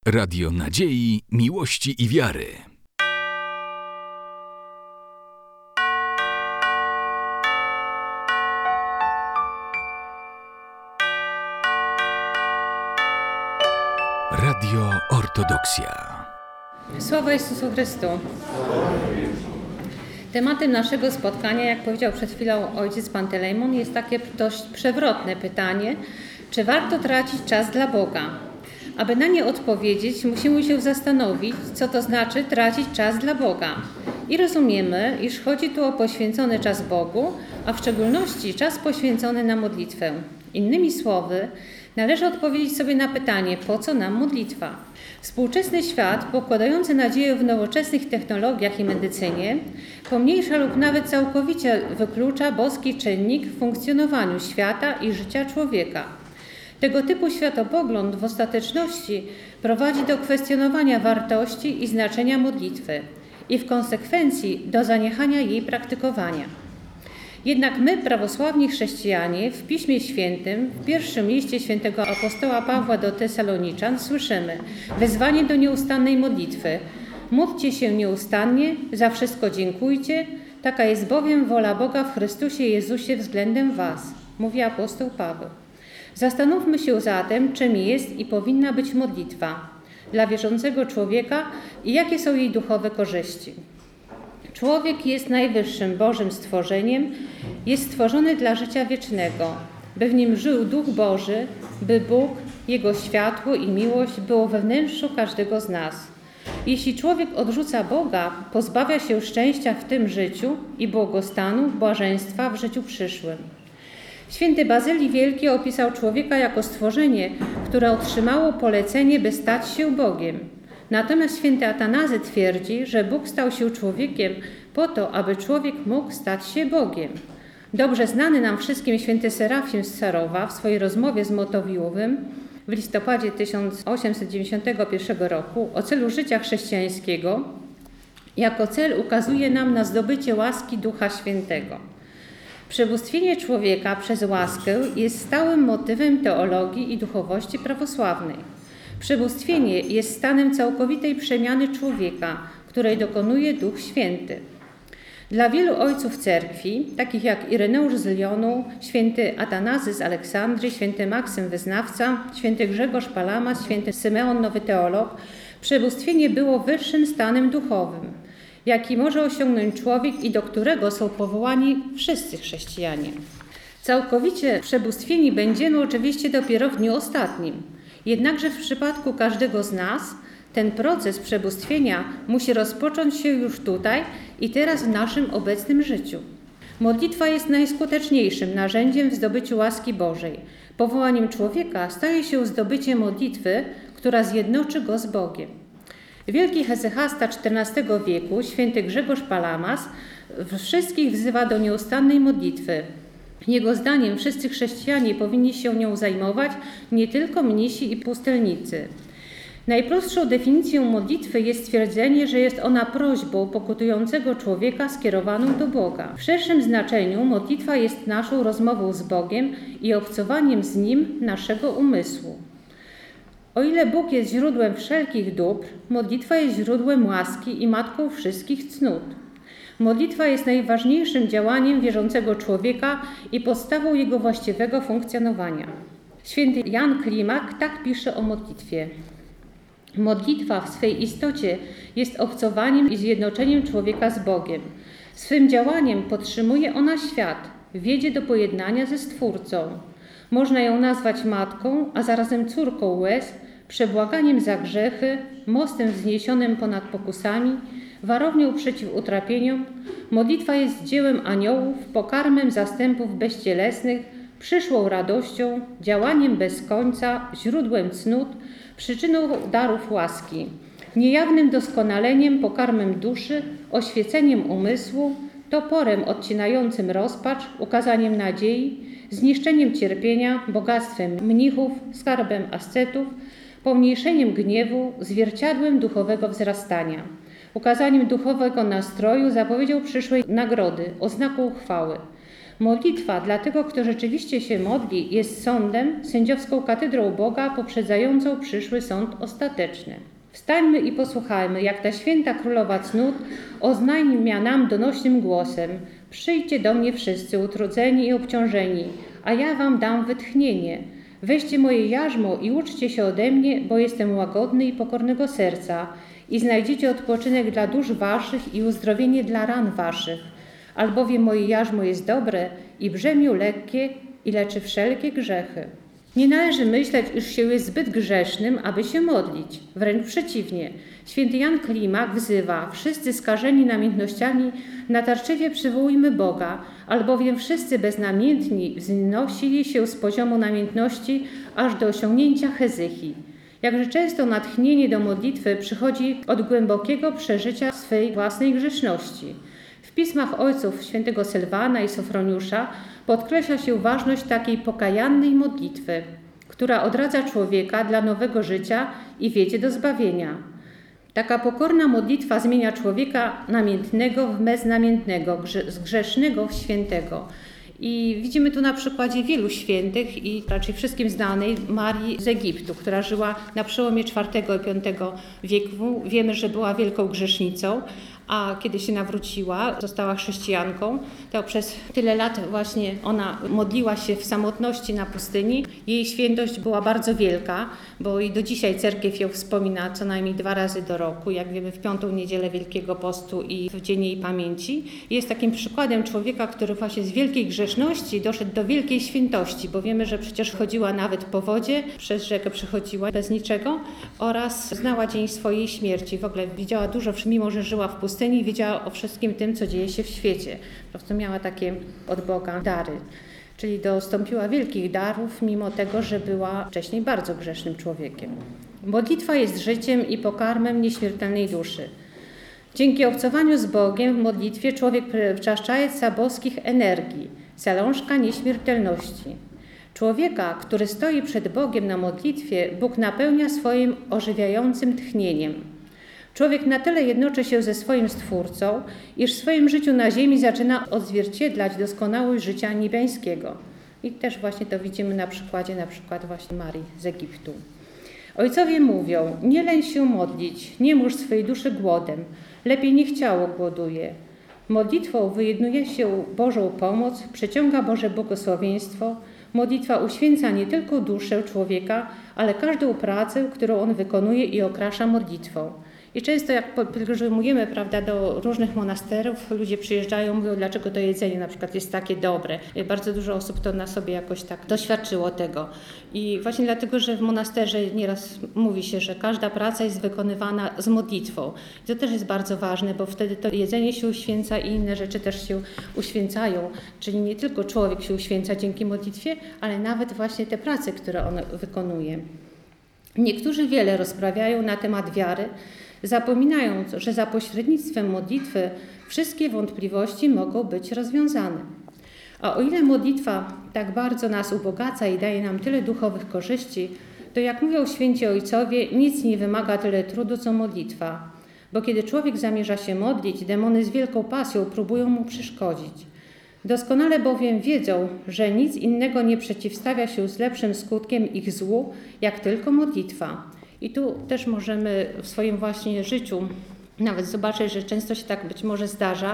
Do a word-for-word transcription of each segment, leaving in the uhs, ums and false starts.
Radio Nadziei, Miłości i Wiary. Radio Ortodoksja. Sława Jezusu Chrystu. Tematem naszego spotkania, jak powiedział przed chwilą ojciec Pantelejmon, jest takie dość przewrotne pytanie, czy warto tracić czas dla Boga? Aby na nie odpowiedzieć, musimy się zastanowić, co to znaczy tracić czas dla Boga. I rozumiemy, iż chodzi tu o poświęcony czas Bogu, a w szczególności czas poświęcony na modlitwę. Innymi słowy, należy odpowiedzieć sobie na pytanie, po co nam modlitwa? Współczesny świat, pokładający nadzieję w nowoczesnych technologiach i medycynie, pomniejsza lub nawet całkowicie wyklucza boski czynnik w funkcjonowaniu świata i życia człowieka. Tego typu światopogląd w ostateczności prowadzi do kwestionowania wartości i znaczenia modlitwy i w konsekwencji do zaniechania jej praktykowania. Jednak my, prawosławni chrześcijanie, w Piśmie Świętym, w pierwszym liście świętego apostoła Pawła do Tesaloniczan słyszymy wezwanie do nieustannej modlitwy. Módlcie się nieustannie, za wszystko dziękujcie, taka jest bowiem wola Boga w Chrystusie Jezusie względem was, mówi apostoł Paweł. Zastanówmy się zatem, czym jest i powinna być modlitwa dla wierzącego człowieka i jakie są jej duchowe korzyści. Człowiek jest najwyższym Bożym stworzeniem, jest stworzony dla życia wiecznego, by w nim żył Duch Boży, by Bóg, Jego światło i miłość było we wnętrzu każdego z nas. Jeśli człowiek odrzuca Boga, pozbawia się szczęścia w tym życiu i błogostanu, błażeństwa w życiu przyszłym. Święty Bazylii Wielki opisał człowieka jako stworzenie, które otrzymało polecenie, by stać się Bogiem. Natomiast święty Atanazy twierdzi, że Bóg stał się człowiekiem po to, aby człowiek mógł stać się Bogiem. Dobrze znany nam wszystkim święty Serafim z Sarowa w swojej rozmowie z Motowiłowym w listopadzie tysiąc osiemset dziewięćdziesiątego pierwszego roku o celu życia chrześcijańskiego jako cel ukazuje nam na zdobycie łaski Ducha Świętego. Przebóstwienie człowieka przez łaskę jest stałym motywem teologii i duchowości prawosławnej. Przebóstwienie jest stanem całkowitej przemiany człowieka, której dokonuje Duch Święty. Dla wielu ojców cerkwi, takich jak Ireneusz z Lyonu, święty Atanazy z Aleksandrii, święty Maksym Wyznawca, święty Grzegorz Palamas, święty Symeon Nowy Teolog, przebóstwienie było wyższym stanem duchowym, jaki może osiągnąć człowiek i do którego są powołani wszyscy chrześcijanie. Całkowicie przebóstwieni będziemy oczywiście dopiero w dniu ostatnim. Jednakże w przypadku każdego z nas ten proces przebóstwienia musi rozpocząć się już tutaj i teraz w naszym obecnym życiu. Modlitwa jest najskuteczniejszym narzędziem w zdobyciu łaski Bożej. Powołaniem człowieka staje się zdobycie modlitwy, która zjednoczy go z Bogiem. Wielki hesychasta czternastego wieku, święty Grzegorz Palamas, wszystkich wzywa do nieustannej modlitwy. Jego zdaniem wszyscy chrześcijanie powinni się nią zajmować, nie tylko mnisi i pustelnicy. Najprostszą definicją modlitwy jest stwierdzenie, że jest ona prośbą pokutującego człowieka skierowaną do Boga. W szerszym znaczeniu modlitwa jest naszą rozmową z Bogiem i obcowaniem z Nim naszego umysłu. O ile Bóg jest źródłem wszelkich dóbr, modlitwa jest źródłem łaski i matką wszystkich cnót. Modlitwa jest najważniejszym działaniem wierzącego człowieka i podstawą jego właściwego funkcjonowania. Święty Jan Klimak tak pisze o modlitwie. Modlitwa w swej istocie jest obcowaniem i zjednoczeniem człowieka z Bogiem. Swym działaniem podtrzymuje ona świat, wiedzie do pojednania ze Stwórcą. Można ją nazwać matką, a zarazem córką łez, przebłaganiem za grzechy, mostem wzniesionym ponad pokusami, warownią przeciw utrapieniom. Modlitwa jest dziełem aniołów, pokarmem zastępów bezcielesnych, przyszłą radością, działaniem bez końca, źródłem cnót, przyczyną darów łaski, niejawnym doskonaleniem, pokarmem duszy, oświeceniem umysłu, toporem odcinającym rozpacz, ukazaniem nadziei, zniszczeniem cierpienia, bogactwem mnichów, skarbem ascetów, pomniejszeniem gniewu, zwierciadłem duchowego wzrastania, ukazaniem duchowego nastroju, zapowiedzią przyszłej nagrody, oznaką chwały. Modlitwa dla tego, kto rzeczywiście się modli, jest sądem, sędziowską katedrą Boga poprzedzającą przyszły sąd ostateczny. Wstańmy i posłuchajmy, jak ta święta królowa cnót oznajmia nam donośnym głosem: przyjdźcie do mnie wszyscy utrudzeni i obciążeni, a ja wam dam wytchnienie. Weźcie moje jarzmo i uczcie się ode mnie, bo jestem łagodny i pokornego serca, i znajdziecie odpoczynek dla dusz waszych i uzdrowienie dla ran waszych. Albowiem moje jarzmo jest dobre i brzemię lekkie i leczy wszelkie grzechy. Nie należy myśleć, iż się jest zbyt grzesznym, aby się modlić. Wręcz przeciwnie. Święty Jan Klimak wzywa: wszyscy skażeni namiętnościami natarczywie przywołujmy Boga, albowiem wszyscy beznamiętni wznosili się z poziomu namiętności aż do osiągnięcia hezychii. Jakże często natchnienie do modlitwy przychodzi od głębokiego przeżycia swej własnej grzeszności. W pismach ojców świętego Sylwana i Sofroniusza podkreśla się ważność takiej pokajannej modlitwy, która odradza człowieka dla nowego życia i wiedzie do zbawienia. Taka pokorna modlitwa zmienia człowieka namiętnego w beznamiętnego, z grzesznego w świętego. I widzimy tu na przykładzie wielu świętych i raczej wszystkim znanej Marii z Egiptu, która żyła na przełomie czwartego i piątego wieku. Wiemy, że była wielką grzesznicą, a kiedy się nawróciła, została chrześcijanką, to przez tyle lat właśnie ona modliła się w samotności na pustyni. Jej świętość była bardzo wielka, bo i do dzisiaj cerkiew ją wspomina co najmniej dwa razy do roku, jak wiemy w piątą niedzielę Wielkiego Postu i w Dzień jej pamięci. Jest takim przykładem człowieka, który właśnie z wielkiej grzeszności doszedł do wielkiej świętości, bo wiemy, że przecież chodziła nawet po wodzie, przez rzekę przechodziła bez niczego oraz znała dzień swojej śmierci. W ogóle widziała dużo, mimo że żyła w pustyni, i wiedziała o wszystkim tym, co dzieje się w świecie. Po prostu miała takie od Boga dary. Czyli dostąpiła wielkich darów, mimo tego, że była wcześniej bardzo grzesznym człowiekiem. Modlitwa jest życiem i pokarmem nieśmiertelnej duszy. Dzięki obcowaniu z Bogiem w modlitwie człowiek przyczaszcza boskich energii, zalążka nieśmiertelności. Człowieka, który stoi przed Bogiem na modlitwie, Bóg napełnia swoim ożywiającym tchnieniem. Człowiek na tyle jednoczy się ze swoim Stwórcą, iż w swoim życiu na ziemi zaczyna odzwierciedlać doskonałość życia niebiańskiego. I też właśnie to widzimy na przykładzie na przykład właśnie Marii z Egiptu. Ojcowie mówią: nie lęk się modlić, nie mórz swej duszy głodem, lepiej niech ciało głoduje. Modlitwą wyjednuje się Bożą pomoc, przyciąga Boże błogosławieństwo. Modlitwa uświęca nie tylko duszę człowieka, ale każdą pracę, którą on wykonuje i okrasza modlitwą. I często jak pielgrzymujemy, prawda, do różnych monasterów, ludzie przyjeżdżają, mówią, dlaczego to jedzenie na przykład jest takie dobre. Bardzo dużo osób to na sobie jakoś tak doświadczyło tego. I właśnie dlatego, że w monasterze nieraz mówi się, że każda praca jest wykonywana z modlitwą. I to też jest bardzo ważne, bo wtedy to jedzenie się uświęca i inne rzeczy też się uświęcają. Czyli nie tylko człowiek się uświęca dzięki modlitwie, ale nawet właśnie te prace, które on wykonuje. Niektórzy wiele rozprawiają na temat wiary, zapominając, że za pośrednictwem modlitwy wszystkie wątpliwości mogą być rozwiązane. A o ile modlitwa tak bardzo nas ubogaca i daje nam tyle duchowych korzyści, to jak mówią święci ojcowie, nic nie wymaga tyle trudu, co modlitwa. Bo kiedy człowiek zamierza się modlić, demony z wielką pasją próbują mu przeszkodzić. Doskonale bowiem wiedzą, że nic innego nie przeciwstawia się z lepszym skutkiem ich złu, jak tylko modlitwa. I tu też możemy w swoim właśnie życiu nawet zobaczyć, że często się tak być może zdarza,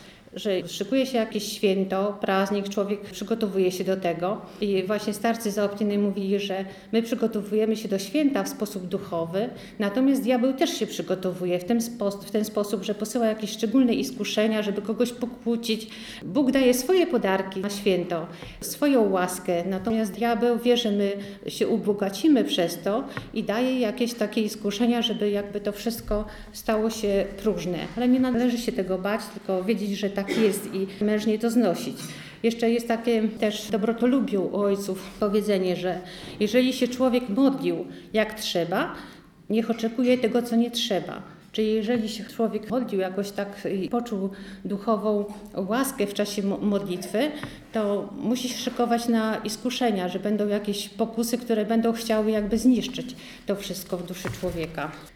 że szykuje się jakieś święto, praznik, człowiek przygotowuje się do tego. I właśnie starcy z Optiny mówili, że my przygotowujemy się do święta w sposób duchowy, natomiast diabeł też się przygotowuje w ten, spo, w ten sposób, że posyła jakieś szczególne iskuszenia, żeby kogoś pokłócić. Bóg daje swoje podarki na święto, swoją łaskę, natomiast diabeł wie, że my się ubogacimy przez to i daje jakieś takie iskuszenia, żeby jakby to wszystko stało się próżne. Ale nie należy się tego bać, tylko wiedzieć, że tak jest i mężnie to znosić. Jeszcze jest takie też dobrotolubiu u ojców powiedzenie, że jeżeli się człowiek modlił jak trzeba, niech oczekuje tego, co nie trzeba. Czyli jeżeli się człowiek modlił jakoś tak i poczuł duchową łaskę w czasie modlitwy, to musi się szykować na iskuszenia, że będą jakieś pokusy, które będą chciały jakby zniszczyć to wszystko w duszy człowieka.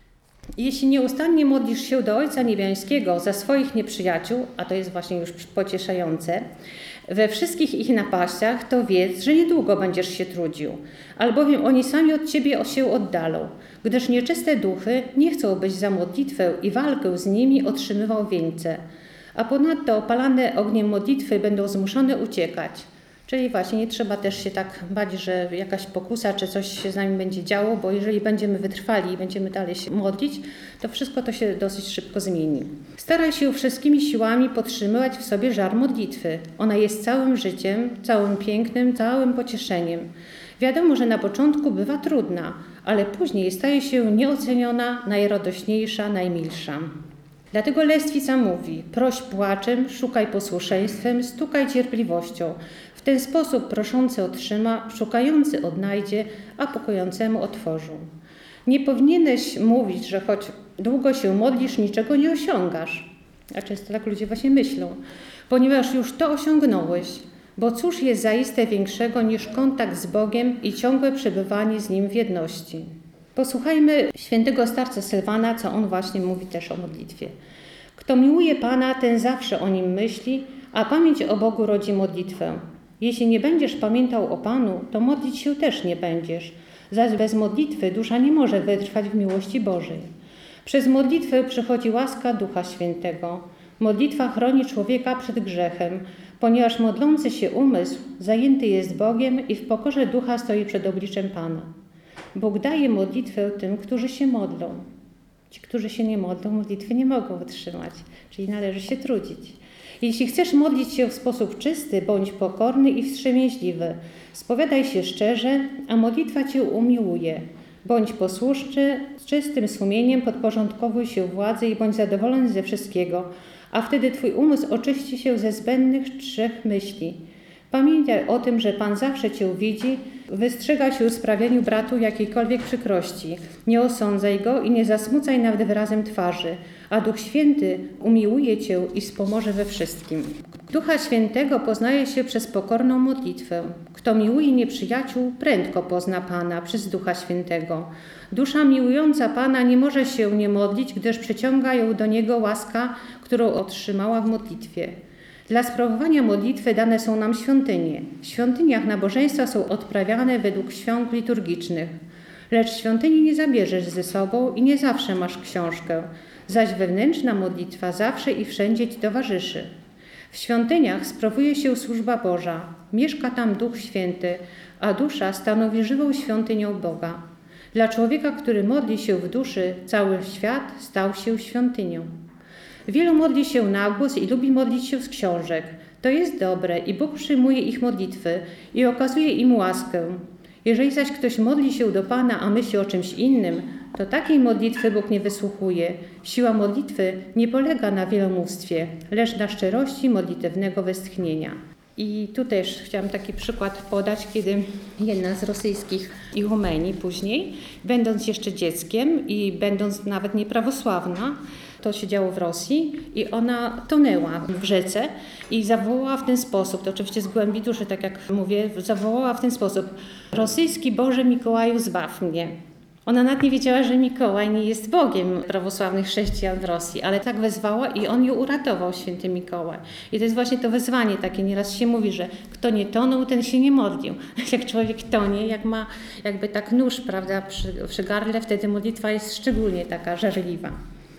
Jeśli nieustannie modlisz się do Ojca Niebiańskiego za swoich nieprzyjaciół, a to jest właśnie już pocieszające, we wszystkich ich napaściach, to wiedz, że niedługo będziesz się trudził, albowiem oni sami od Ciebie się oddalą, gdyż nieczyste duchy nie chcą, byś za modlitwę i walkę z nimi otrzymywał wieńce, a ponadto opalane ogniem modlitwy będą zmuszone uciekać. Czyli właśnie nie trzeba też się tak bać, że jakaś pokusa czy coś się z nami będzie działo, bo jeżeli będziemy wytrwali i będziemy dalej się modlić, to wszystko to się dosyć szybko zmieni. Staraj się wszystkimi siłami podtrzymywać w sobie żar modlitwy. Ona jest całym życiem, całym pięknem, całym pocieszeniem. Wiadomo, że na początku bywa trudna, ale później staje się nieoceniona, najradośniejsza, najmilsza. Dlatego Lestwica mówi: proś płaczem, szukaj posłuszeństwem, stukaj cierpliwością. W ten sposób proszący otrzyma, szukający odnajdzie, a pokojącemu otworzą. Nie powinieneś mówić, że choć długo się modlisz, niczego nie osiągasz. A często tak ludzie właśnie myślą, ponieważ już to osiągnąłeś. Bo cóż jest zaiste większego niż kontakt z Bogiem i ciągłe przebywanie z Nim w jedności? Posłuchajmy świętego starca Sylwana, co on właśnie mówi też o modlitwie. Kto miłuje Pana, ten zawsze o Nim myśli, a pamięć o Bogu rodzi modlitwę. Jeśli nie będziesz pamiętał o Panu, to modlić się też nie będziesz. Zaś bez modlitwy dusza nie może wytrwać w miłości Bożej. Przez modlitwę przychodzi łaska Ducha Świętego. Modlitwa chroni człowieka przed grzechem, ponieważ modlący się umysł zajęty jest Bogiem i w pokorze ducha stoi przed obliczem Pana. Bóg daje modlitwę tym, którzy się modlą. Ci, którzy się nie modlą, modlitwy nie mogą wytrzymać, czyli należy się trudzić. Jeśli chcesz modlić się w sposób czysty, bądź pokorny i wstrzemięźliwy. Spowiadaj się szczerze, a modlitwa Cię umiłuje. Bądź posłuszny, z czystym sumieniem podporządkowuj się władzy i bądź zadowolony ze wszystkiego, a wtedy Twój umysł oczyści się ze zbędnych trzech myśli. Pamiętaj o tym, że Pan zawsze Cię widzi, wystrzega się w sprawieniu bratu jakiejkolwiek przykrości. Nie osądzaj go i nie zasmucaj nawet wyrazem twarzy, a Duch Święty umiłuje Cię i wspomoże we wszystkim. Ducha Świętego poznaje się przez pokorną modlitwę. Kto miłuje nieprzyjaciół, prędko pozna Pana przez Ducha Świętego. Dusza miłująca Pana nie może się nie modlić, gdyż przyciąga ją do Niego łaska, którą otrzymała w modlitwie. Dla sprawowania modlitwy dane są nam świątynie. W świątyniach nabożeństwa są odprawiane według świąt liturgicznych. Lecz świątyni nie zabierzesz ze sobą i nie zawsze masz książkę, zaś wewnętrzna modlitwa zawsze i wszędzie Ci towarzyszy. W świątyniach sprawuje się służba Boża, mieszka tam Duch Święty, a dusza stanowi żywą świątynią Boga. Dla człowieka, który modli się w duszy, cały świat stał się świątynią. Wielu modli się na głos i lubi modlić się z książek. To jest dobre i Bóg przyjmuje ich modlitwy i okazuje im łaskę. Jeżeli zaś ktoś modli się do Pana, a myśli o czymś innym, to takiej modlitwy Bóg nie wysłuchuje. Siła modlitwy nie polega na wielomówstwie, lecz na szczerości modlitewnego westchnienia. I tu też chciałam taki przykład podać, kiedy jedna z rosyjskich ichumeni później, będąc jeszcze dzieckiem i będąc nawet nieprawosławna, to się działo w Rosji i ona tonęła w rzece i zawołała w ten sposób, to oczywiście z głębi duszy, tak jak mówię, zawołała w ten sposób: rosyjski Boże Mikołaju, zbaw mnie. Ona nawet nie wiedziała, że Mikołaj nie jest Bogiem prawosławnych chrześcijan w Rosji, ale tak wezwała i on ją uratował, święty Mikołaj. I to jest właśnie to wezwanie takie, nieraz się mówi, że kto nie tonął, ten się nie modlił. Jak człowiek tonie, jak ma jakby tak nóż, prawda, przy, przy gardle, wtedy modlitwa jest szczególnie taka żarliwa.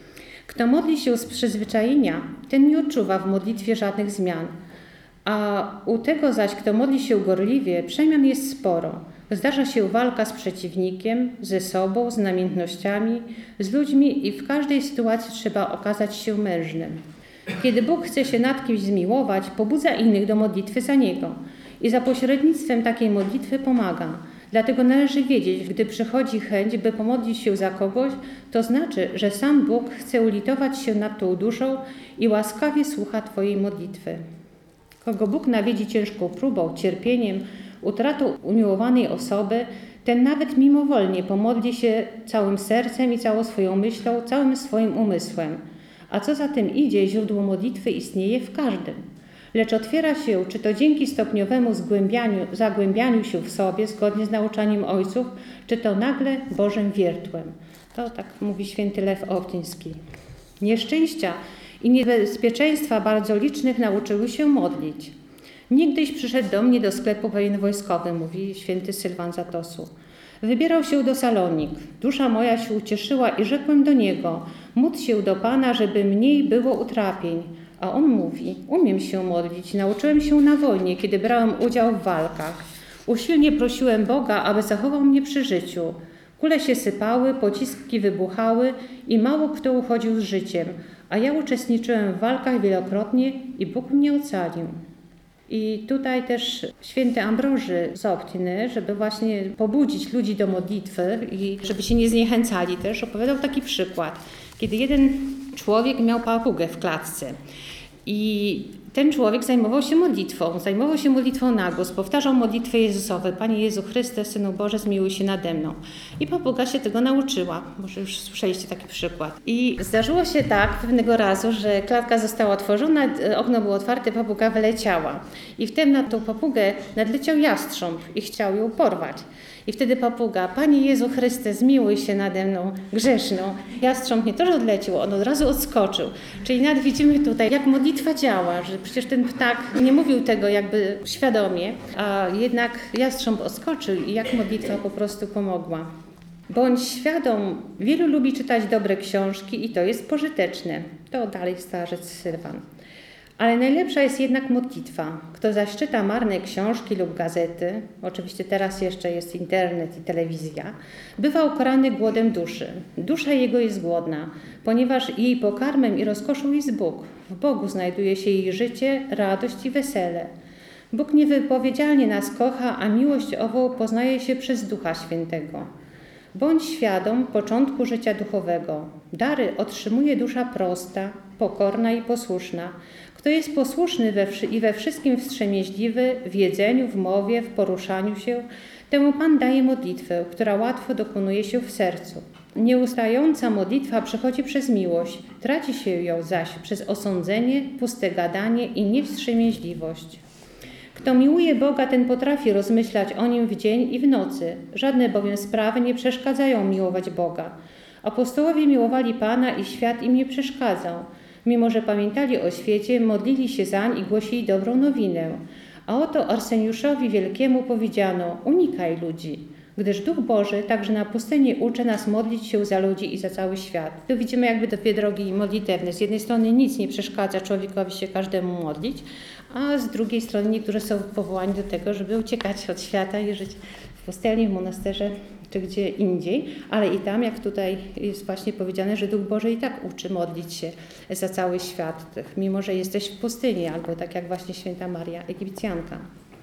Kto modli się z przyzwyczajenia, ten nie odczuwa w modlitwie żadnych zmian. A u tego zaś, kto modli się gorliwie, przemian jest sporo. Zdarza się walka z przeciwnikiem, ze sobą, z namiętnościami, z ludźmi i w każdej sytuacji trzeba okazać się mężnym. Kiedy Bóg chce się nad kimś zmiłować, pobudza innych do modlitwy za Niego i za pośrednictwem takiej modlitwy pomaga. Dlatego należy wiedzieć, gdy przychodzi chęć, by pomodlić się za kogoś, to znaczy, że sam Bóg chce ulitować się nad tą duszą i łaskawie słucha Twojej modlitwy. Kogo Bóg nawiedzi ciężką próbą, cierpieniem, utratą umiłowanej osoby, ten nawet mimowolnie pomodli się całym sercem i całą swoją myślą, całym swoim umysłem. A co za tym idzie, źródło modlitwy istnieje w każdym. Lecz otwiera się, czy to dzięki stopniowemu zgłębianiu, zagłębianiu się w sobie, zgodnie z nauczaniem ojców, czy to nagle Bożym wiertłem. To tak mówi święty Lew Otyński. Nieszczęścia i niebezpieczeństwa bardzo licznych nauczyły się modlić. Niegdyś przyszedł do mnie do sklepu pewien wojskowy, mówi święty Sylwan z Atosu. Wybierał się do Salonik. Dusza moja się ucieszyła i rzekłem do niego, módl się do Pana, żeby mniej było utrapień. A on mówi, umiem się modlić, nauczyłem się na wojnie, kiedy brałem udział w walkach. Usilnie prosiłem Boga, aby zachował mnie przy życiu. Kule się sypały, pociski wybuchały i mało kto uchodził z życiem, a ja uczestniczyłem w walkach wielokrotnie i Bóg mnie ocalił. I tutaj też święty Ambroży z Optyny, żeby właśnie pobudzić ludzi do modlitwy i żeby się nie zniechęcali też, opowiadał taki przykład, kiedy jeden człowiek miał papugę w klatce i ten człowiek zajmował się modlitwą, zajmował się modlitwą na głos, powtarzał modlitwy Jezusowe, Panie Jezu Chryste, Synu Boże, zmiłuj się nade mną. I papuga się tego nauczyła, może już słyszeliście taki przykład. I zdarzyło się tak pewnego razu, że klatka została otworzona, okno było otwarte, papuga wyleciała. I wtedy na tą papugę nadleciał jastrząb i chciał ją porwać. I wtedy papuga, Panie Jezu Chryste, zmiłuj się nade mną, grzeszną. Jastrząb nie to, że odleciał, on od razu odskoczył. Czyli nawet widzimy tutaj, jak modlitwa działa, że przecież ten ptak nie mówił tego jakby świadomie, a jednak jastrząb odskoczył i jak modlitwa po prostu pomogła. Bądź świadom, wielu lubi czytać dobre książki i to jest pożyteczne. To dalej starzec Sylwan. Ale najlepsza jest jednak modlitwa. Kto zaś czyta marne książki lub gazety, oczywiście teraz jeszcze jest internet i telewizja, bywa ukarany głodem duszy. Dusza jego jest głodna, ponieważ jej pokarmem i rozkoszą jest Bóg. W Bogu znajduje się jej życie, radość i wesele. Bóg niewypowiedzialnie nas kocha, a miłość ową poznaje się przez Ducha Świętego. Bądź świadom początku życia duchowego. Dary otrzymuje dusza prosta, pokorna i posłuszna. Kto jest posłuszny we wszy- i we wszystkim wstrzemięźliwy, w jedzeniu, w mowie, w poruszaniu się, temu Pan daje modlitwę, która łatwo dokonuje się w sercu. Nieustająca modlitwa przychodzi przez miłość, traci się ją zaś przez osądzenie, puste gadanie i niewstrzemięźliwość. Kto miłuje Boga, ten potrafi rozmyślać o Nim w dzień i w nocy. Żadne bowiem sprawy nie przeszkadzają miłować Boga. Apostołowie miłowali Pana i świat im nie przeszkadzał. Mimo że pamiętali o świecie, modlili się zań i głosili dobrą nowinę. A oto Arseniuszowi Wielkiemu powiedziano, unikaj ludzi, gdyż Duch Boży także na pustyni uczy nas modlić się za ludzi i za cały świat. Tu widzimy jakby dwie drogi modlitewne. Z jednej strony nic nie przeszkadza człowiekowi się każdemu modlić, a z drugiej strony niektórzy są powołani do tego, żeby uciekać od świata i żyć w pustelni, w monasterze czy gdzie indziej, ale i tam, jak tutaj jest właśnie powiedziane, że Duch Boży i tak uczy modlić się za cały świat, mimo że jesteś w pustyni, albo tak jak właśnie święta Maria Egipcjanka.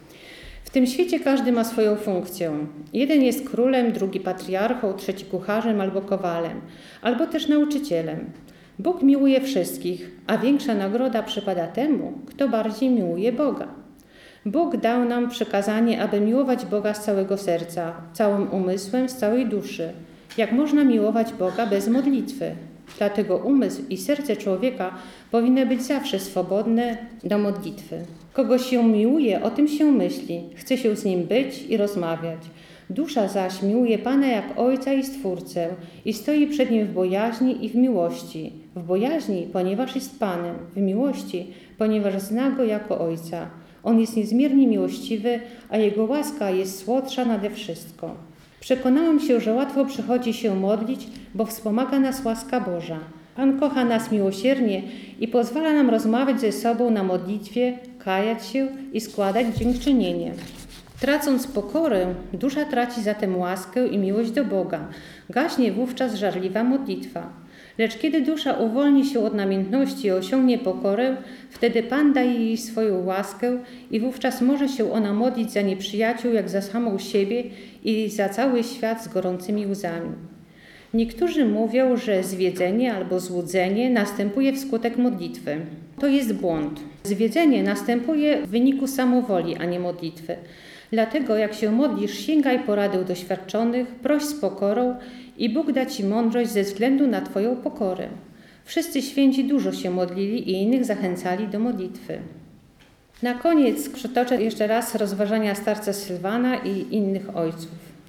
W tym świecie każdy ma swoją funkcję. Jeden jest królem, drugi patriarchą, trzeci kucharzem albo kowalem, albo też nauczycielem. Bóg miłuje wszystkich, a większa nagroda przypada temu, kto bardziej miłuje Boga. Bóg dał nam przykazanie, aby miłować Boga z całego serca, całym umysłem, z całej duszy. Jak można miłować Boga bez modlitwy? Dlatego umysł i serce człowieka powinny być zawsze swobodne do modlitwy. Kogo się miłuje, o tym się myśli, chce się z nim być i rozmawiać. Dusza zaś miłuje Pana jak Ojca i Stwórcę i stoi przed Nim w bojaźni i w miłości. W bojaźni, ponieważ jest Panem, w miłości, ponieważ zna Go jako Ojca. On jest niezmiernie miłościwy, a Jego łaska jest słodsza nade wszystko. Przekonałem się, że łatwo przychodzi się modlić, bo wspomaga nas łaska Boża. Pan kocha nas miłosiernie i pozwala nam rozmawiać ze sobą na modlitwie, kajać się i składać dziękczynienie. Tracąc pokorę, dusza traci zatem łaskę i miłość do Boga. Gaśnie wówczas żarliwa modlitwa. Lecz kiedy dusza uwolni się od namiętności i osiągnie pokorę, wtedy Pan daje jej swoją łaskę i wówczas może się ona modlić za nieprzyjaciół jak za samą siebie i za cały świat z gorącymi łzami. Niektórzy mówią, że zwiedzenie albo złudzenie następuje wskutek modlitwy. To jest błąd. Zwiedzenie następuje w wyniku samowoli, a nie modlitwy. Dlatego jak się modlisz, sięgaj porady doświadczonych, proś z pokorą i Bóg da Ci mądrość ze względu na Twoją pokorę. Wszyscy święci dużo się modlili i innych zachęcali do modlitwy. Na koniec przytoczę jeszcze raz rozważania starca Sylwana i innych ojców.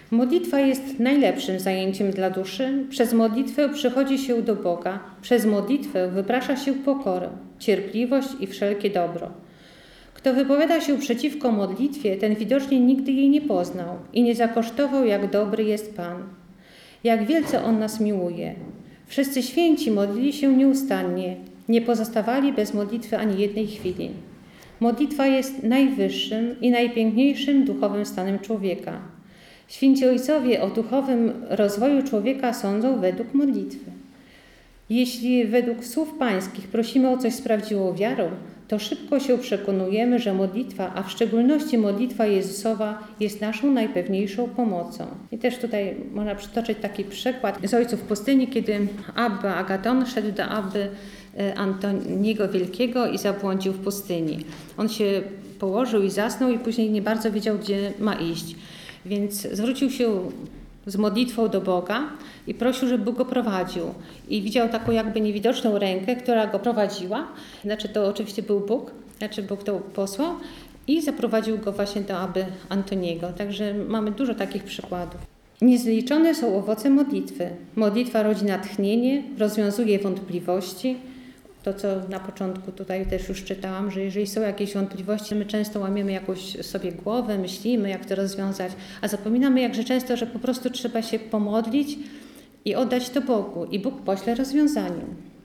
Modlitwa jest najlepszym zajęciem dla duszy. Przez modlitwę przychodzi się do Boga. Przez modlitwę wyprasza się pokorę, cierpliwość i wszelkie dobro. Kto wypowiada się przeciwko modlitwie, ten widocznie nigdy jej nie poznał i nie zakosztował, jak dobry jest Pan. Jak wielce On nas miłuje. Wszyscy święci modlili się nieustannie, nie pozostawali bez modlitwy ani jednej chwili. Modlitwa jest najwyższym i najpiękniejszym duchowym stanem człowieka. Święci ojcowie o duchowym rozwoju człowieka sądzą według modlitwy. Jeśli według słów pańskich prosimy o coś z prawdziwą wiarą, to szybko się przekonujemy, że modlitwa, a w szczególności modlitwa Jezusowa, jest naszą najpewniejszą pomocą. I też tutaj można przytoczyć taki przykład z ojców pustyni, kiedy Abba Agaton szedł do Abby Antoniego Wielkiego i zabłądził w pustyni. On się położył i zasnął i później nie bardzo wiedział, gdzie ma iść. Więc zwrócił się z modlitwą do Boga i prosił, żeby Bóg go prowadził. I widział taką jakby niewidoczną rękę, która go prowadziła. Znaczy to oczywiście był Bóg, znaczy Bóg to posłał i zaprowadził go właśnie do Abby Antoniego. Także mamy dużo takich przykładów. Niezliczone są owoce modlitwy. Modlitwa rodzi natchnienie, rozwiązuje wątpliwości. To, co na początku tutaj też już czytałam, że jeżeli są jakieś wątpliwości, my często łamiemy jakąś sobie głowę, myślimy, jak to rozwiązać, a zapominamy jakże często, że po prostu trzeba się pomodlić i oddać to Bogu i Bóg pośle rozwiązanie.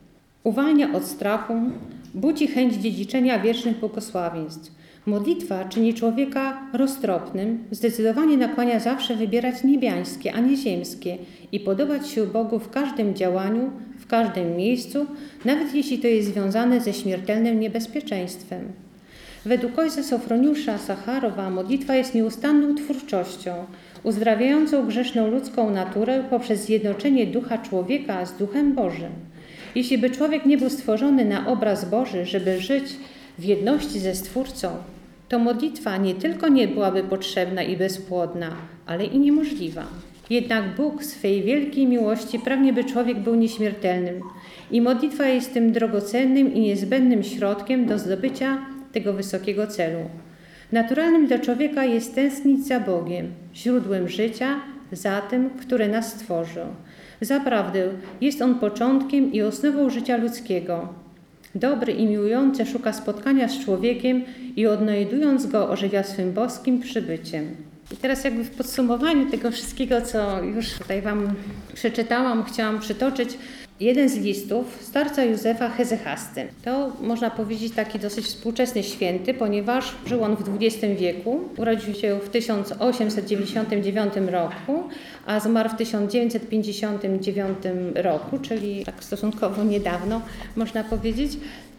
Uwalnia od strachu, budzi chęć dziedziczenia wiecznych błogosławieństw. Modlitwa czyni człowieka roztropnym, zdecydowanie nakłania zawsze wybierać niebiańskie, a nie ziemskie i podobać się Bogu w każdym działaniu, w każdym miejscu, nawet jeśli to jest związane ze śmiertelnym niebezpieczeństwem. Według ojca Sofroniusza Sacharowa modlitwa jest nieustanną twórczością, uzdrawiającą grzeszną ludzką naturę poprzez zjednoczenie ducha człowieka z duchem Bożym. Jeśli by człowiek nie był stworzony na obraz Boży, żeby żyć w jedności ze Stwórcą, to modlitwa nie tylko nie byłaby potrzebna i bezpłodna, ale i niemożliwa. Jednak Bóg swej wielkiej miłości pragnie, by człowiek był nieśmiertelnym i modlitwa jest tym drogocennym i niezbędnym środkiem do zdobycia tego wysokiego celu. Naturalnym dla człowieka jest tęsknić za Bogiem, źródłem życia, za tym, który nas stworzył. Zaprawdę jest On początkiem i osnową życia ludzkiego. Dobry i miłujący szuka spotkania z człowiekiem i odnajdując go ożywia swym boskim przybyciem. I teraz jakby w podsumowaniu tego wszystkiego, co już tutaj Wam przeczytałam, chciałam przytoczyć jeden z listów starca Józefa Hezechasty. To można powiedzieć taki dosyć współczesny święty, ponieważ żył on w dwudziestym wieku. Urodził się w tysiąc osiemset dziewięćdziesiątym dziewiątym roku, a zmarł w tysiąc dziewięćset pięćdziesiątym dziewiątym roku, czyli tak stosunkowo niedawno, można powiedzieć.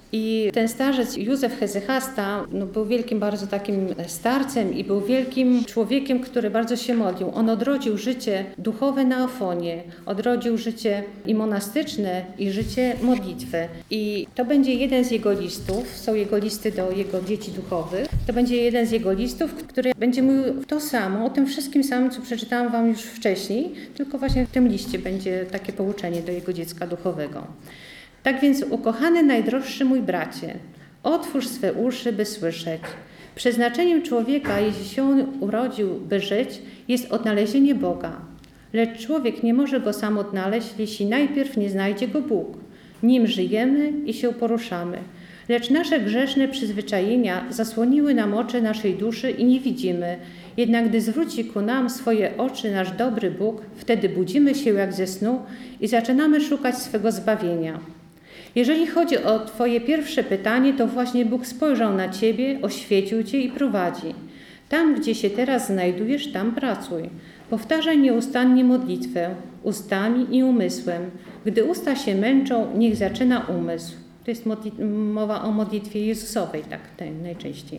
I ten starzec Józef Hezechasta no, był wielkim bardzo takim starcem i był wielkim człowiekiem, który bardzo się modlił. On odrodził życie duchowe na Afonie, odrodził życie i monastyczne, i życie modlitwy. I to będzie jeden z jego listów, są jego listy do jego dzieci duchowych. To będzie jeden z jego listów, który będzie mówił to samo, o tym wszystkim samym, co przeczytałam Wam już wcześniej, tylko właśnie w tym liście będzie takie pouczenie do jego dziecka duchowego. Tak więc, ukochany najdroższy mój bracie, otwórz swe uszy, by słyszeć. Przeznaczeniem człowieka, jeśli się on urodził, by żyć, jest odnalezienie Boga. Lecz człowiek nie może go sam odnaleźć, jeśli najpierw nie znajdzie go Bóg. Nim żyjemy i się poruszamy. Lecz nasze grzeszne przyzwyczajenia zasłoniły nam oczy naszej duszy i nie widzimy. Jednak gdy zwróci ku nam swoje oczy nasz dobry Bóg, wtedy budzimy się jak ze snu i zaczynamy szukać swego zbawienia. Jeżeli chodzi o Twoje pierwsze pytanie, to właśnie Bóg spojrzał na Ciebie, oświecił Cię i prowadzi. Tam, gdzie się teraz znajdujesz, tam pracuj. Powtarzaj nieustannie modlitwę, ustami i umysłem. Gdy usta się męczą, niech zaczyna umysł. To jest mowa o modlitwie Jezusowej, tak najczęściej.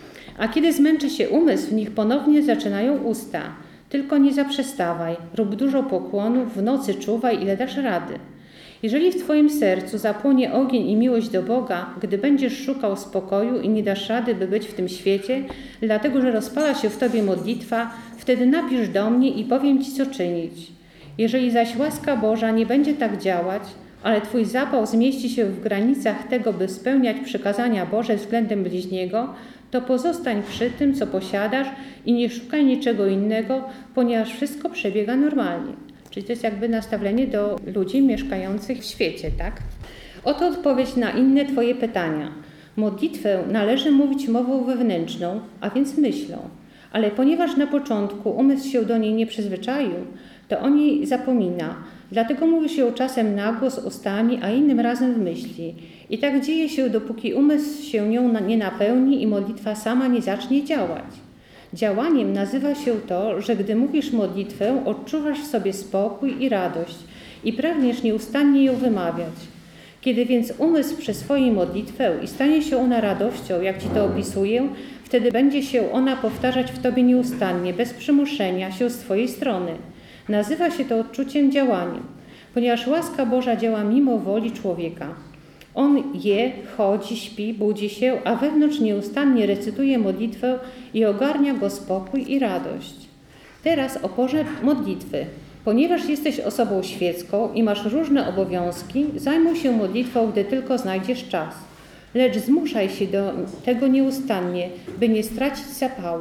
A kiedy zmęczy się umysł, niech ponownie zaczynają usta. Tylko nie zaprzestawaj, rób dużo pokłonów, w nocy czuwaj, ile dasz rady. Jeżeli w Twoim sercu zapłonie ogień i miłość do Boga, gdy będziesz szukał spokoju i nie dasz rady, by być w tym świecie, dlatego że rozpala się w Tobie modlitwa, wtedy napisz do mnie i powiem Ci, co czynić. Jeżeli zaś łaska Boża nie będzie tak działać, ale Twój zapał zmieści się w granicach tego, by spełniać przykazania Boże względem bliźniego, to pozostań przy tym, co posiadasz i nie szukaj niczego innego, ponieważ wszystko przebiega normalnie. Czyli to jest jakby nastawienie do ludzi mieszkających w świecie, tak? Oto odpowiedź na inne Twoje pytania. Modlitwę należy mówić mową wewnętrzną, a więc myślą. Ale ponieważ na początku umysł się do niej nie przyzwyczaił, to o niej zapomina. Dlatego mówi się czasem na głos ustami, a innym razem w myśli. I tak dzieje się, dopóki umysł się nią nie napełni i modlitwa sama nie zacznie działać. Działaniem nazywa się to, że gdy mówisz modlitwę, odczuwasz w sobie spokój i radość i pragniesz nieustannie ją wymawiać. Kiedy więc umysł przyswoi modlitwę i stanie się ona radością, jak Ci to opisuję, wtedy będzie się ona powtarzać w Tobie nieustannie, bez przymuszenia się z Twojej strony. Nazywa się to odczuciem działaniem, ponieważ łaska Boża działa mimo woli człowieka. On je, chodzi, śpi, budzi się, a wewnątrz nieustannie recytuje modlitwę i ogarnia go spokój i radość. Teraz o porze modlitwy. Ponieważ jesteś osobą świecką i masz różne obowiązki, zajmuj się modlitwą, gdy tylko znajdziesz czas. Lecz zmuszaj się do tego nieustannie, by nie stracić zapału.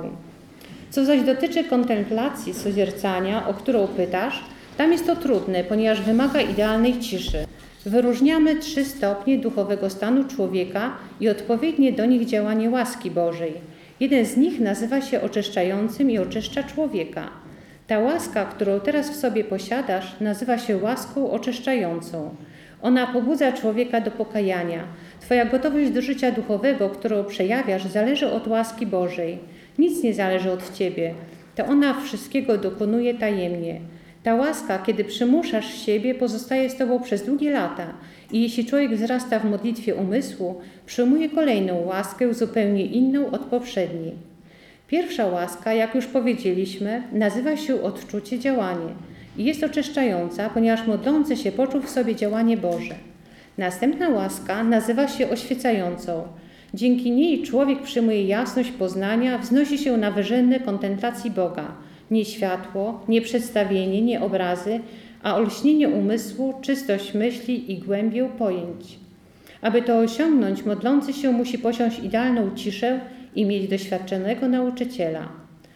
Co zaś dotyczy kontemplacji, soziercania, o którą pytasz, tam jest to trudne, ponieważ wymaga idealnej ciszy. Wyróżniamy trzy stopnie duchowego stanu człowieka i odpowiednie do nich działanie łaski Bożej. Jeden z nich nazywa się oczyszczającym i oczyszcza człowieka. Ta łaska, którą teraz w sobie posiadasz, nazywa się łaską oczyszczającą. Ona pobudza człowieka do pokajania. Twoja gotowość do życia duchowego, którą przejawiasz, zależy od łaski Bożej. Nic nie zależy od Ciebie. To ona wszystkiego dokonuje tajemnie. Ta łaska, kiedy przymuszasz siebie, pozostaje z Tobą przez długie lata i jeśli człowiek wzrasta w modlitwie umysłu, przyjmuje kolejną łaskę, zupełnie inną od poprzedniej. Pierwsza łaska, jak już powiedzieliśmy, nazywa się odczucie działanie i jest oczyszczająca, ponieważ modlący się poczuł w sobie działanie Boże. Następna łaska nazywa się oświecającą. Dzięki niej człowiek przyjmuje jasność poznania, wznosi się na wyżyny kontemplacji Boga. Nie światło, nie przedstawienie, nie obrazy, a olśnienie umysłu, czystość myśli i głębię pojęć. Aby to osiągnąć, modlący się musi posiąść idealną ciszę i mieć doświadczonego nauczyciela.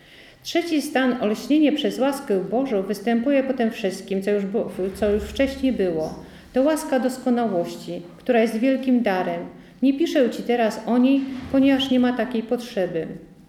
Trzeci stan, olśnienie przez łaskę Bożą, występuje po tym wszystkim, co już, było, co już wcześniej było. To łaska doskonałości, która jest wielkim darem. Nie piszę Ci teraz o niej, ponieważ nie ma takiej potrzeby.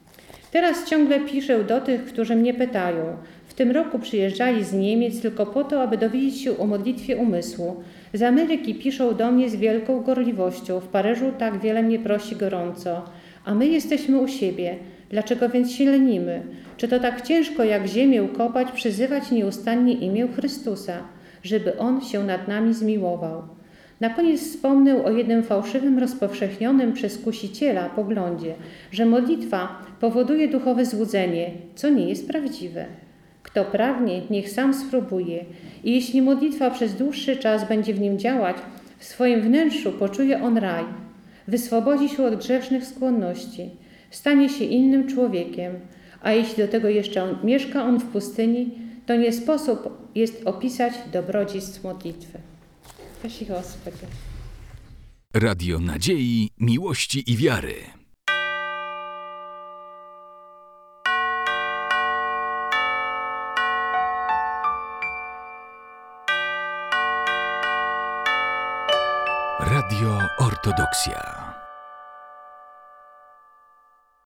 Teraz ciągle piszę do tych, którzy mnie pytają. W tym roku przyjeżdżali z Niemiec tylko po to, aby dowiedzieć się o modlitwie umysłu. Z Ameryki piszą do mnie z wielką gorliwością. W Paryżu tak wiele mnie prosi gorąco. A my jesteśmy u siebie. Dlaczego więc się lenimy? Czy to tak ciężko jak ziemię kopać, przyzywać nieustannie imię Chrystusa, żeby On się nad nami zmiłował? Na koniec wspomnę o jednym fałszywym, rozpowszechnionym przez kusiciela poglądzie, że modlitwa powoduje duchowe złudzenie, co nie jest prawdziwe. Kto pragnie, niech sam spróbuje i jeśli modlitwa przez dłuższy czas będzie w nim działać, w swoim wnętrzu poczuje on raj, wyswobodzi się od grzesznych skłonności, stanie się innym człowiekiem, a jeśli do tego jeszcze on, mieszka on w pustyni, to nie sposób jest opisać dobrodziejstw modlitwy. Proszę Gospodzie. Radio Nadziei, Miłości i Wiary. Radio Ortodoksja.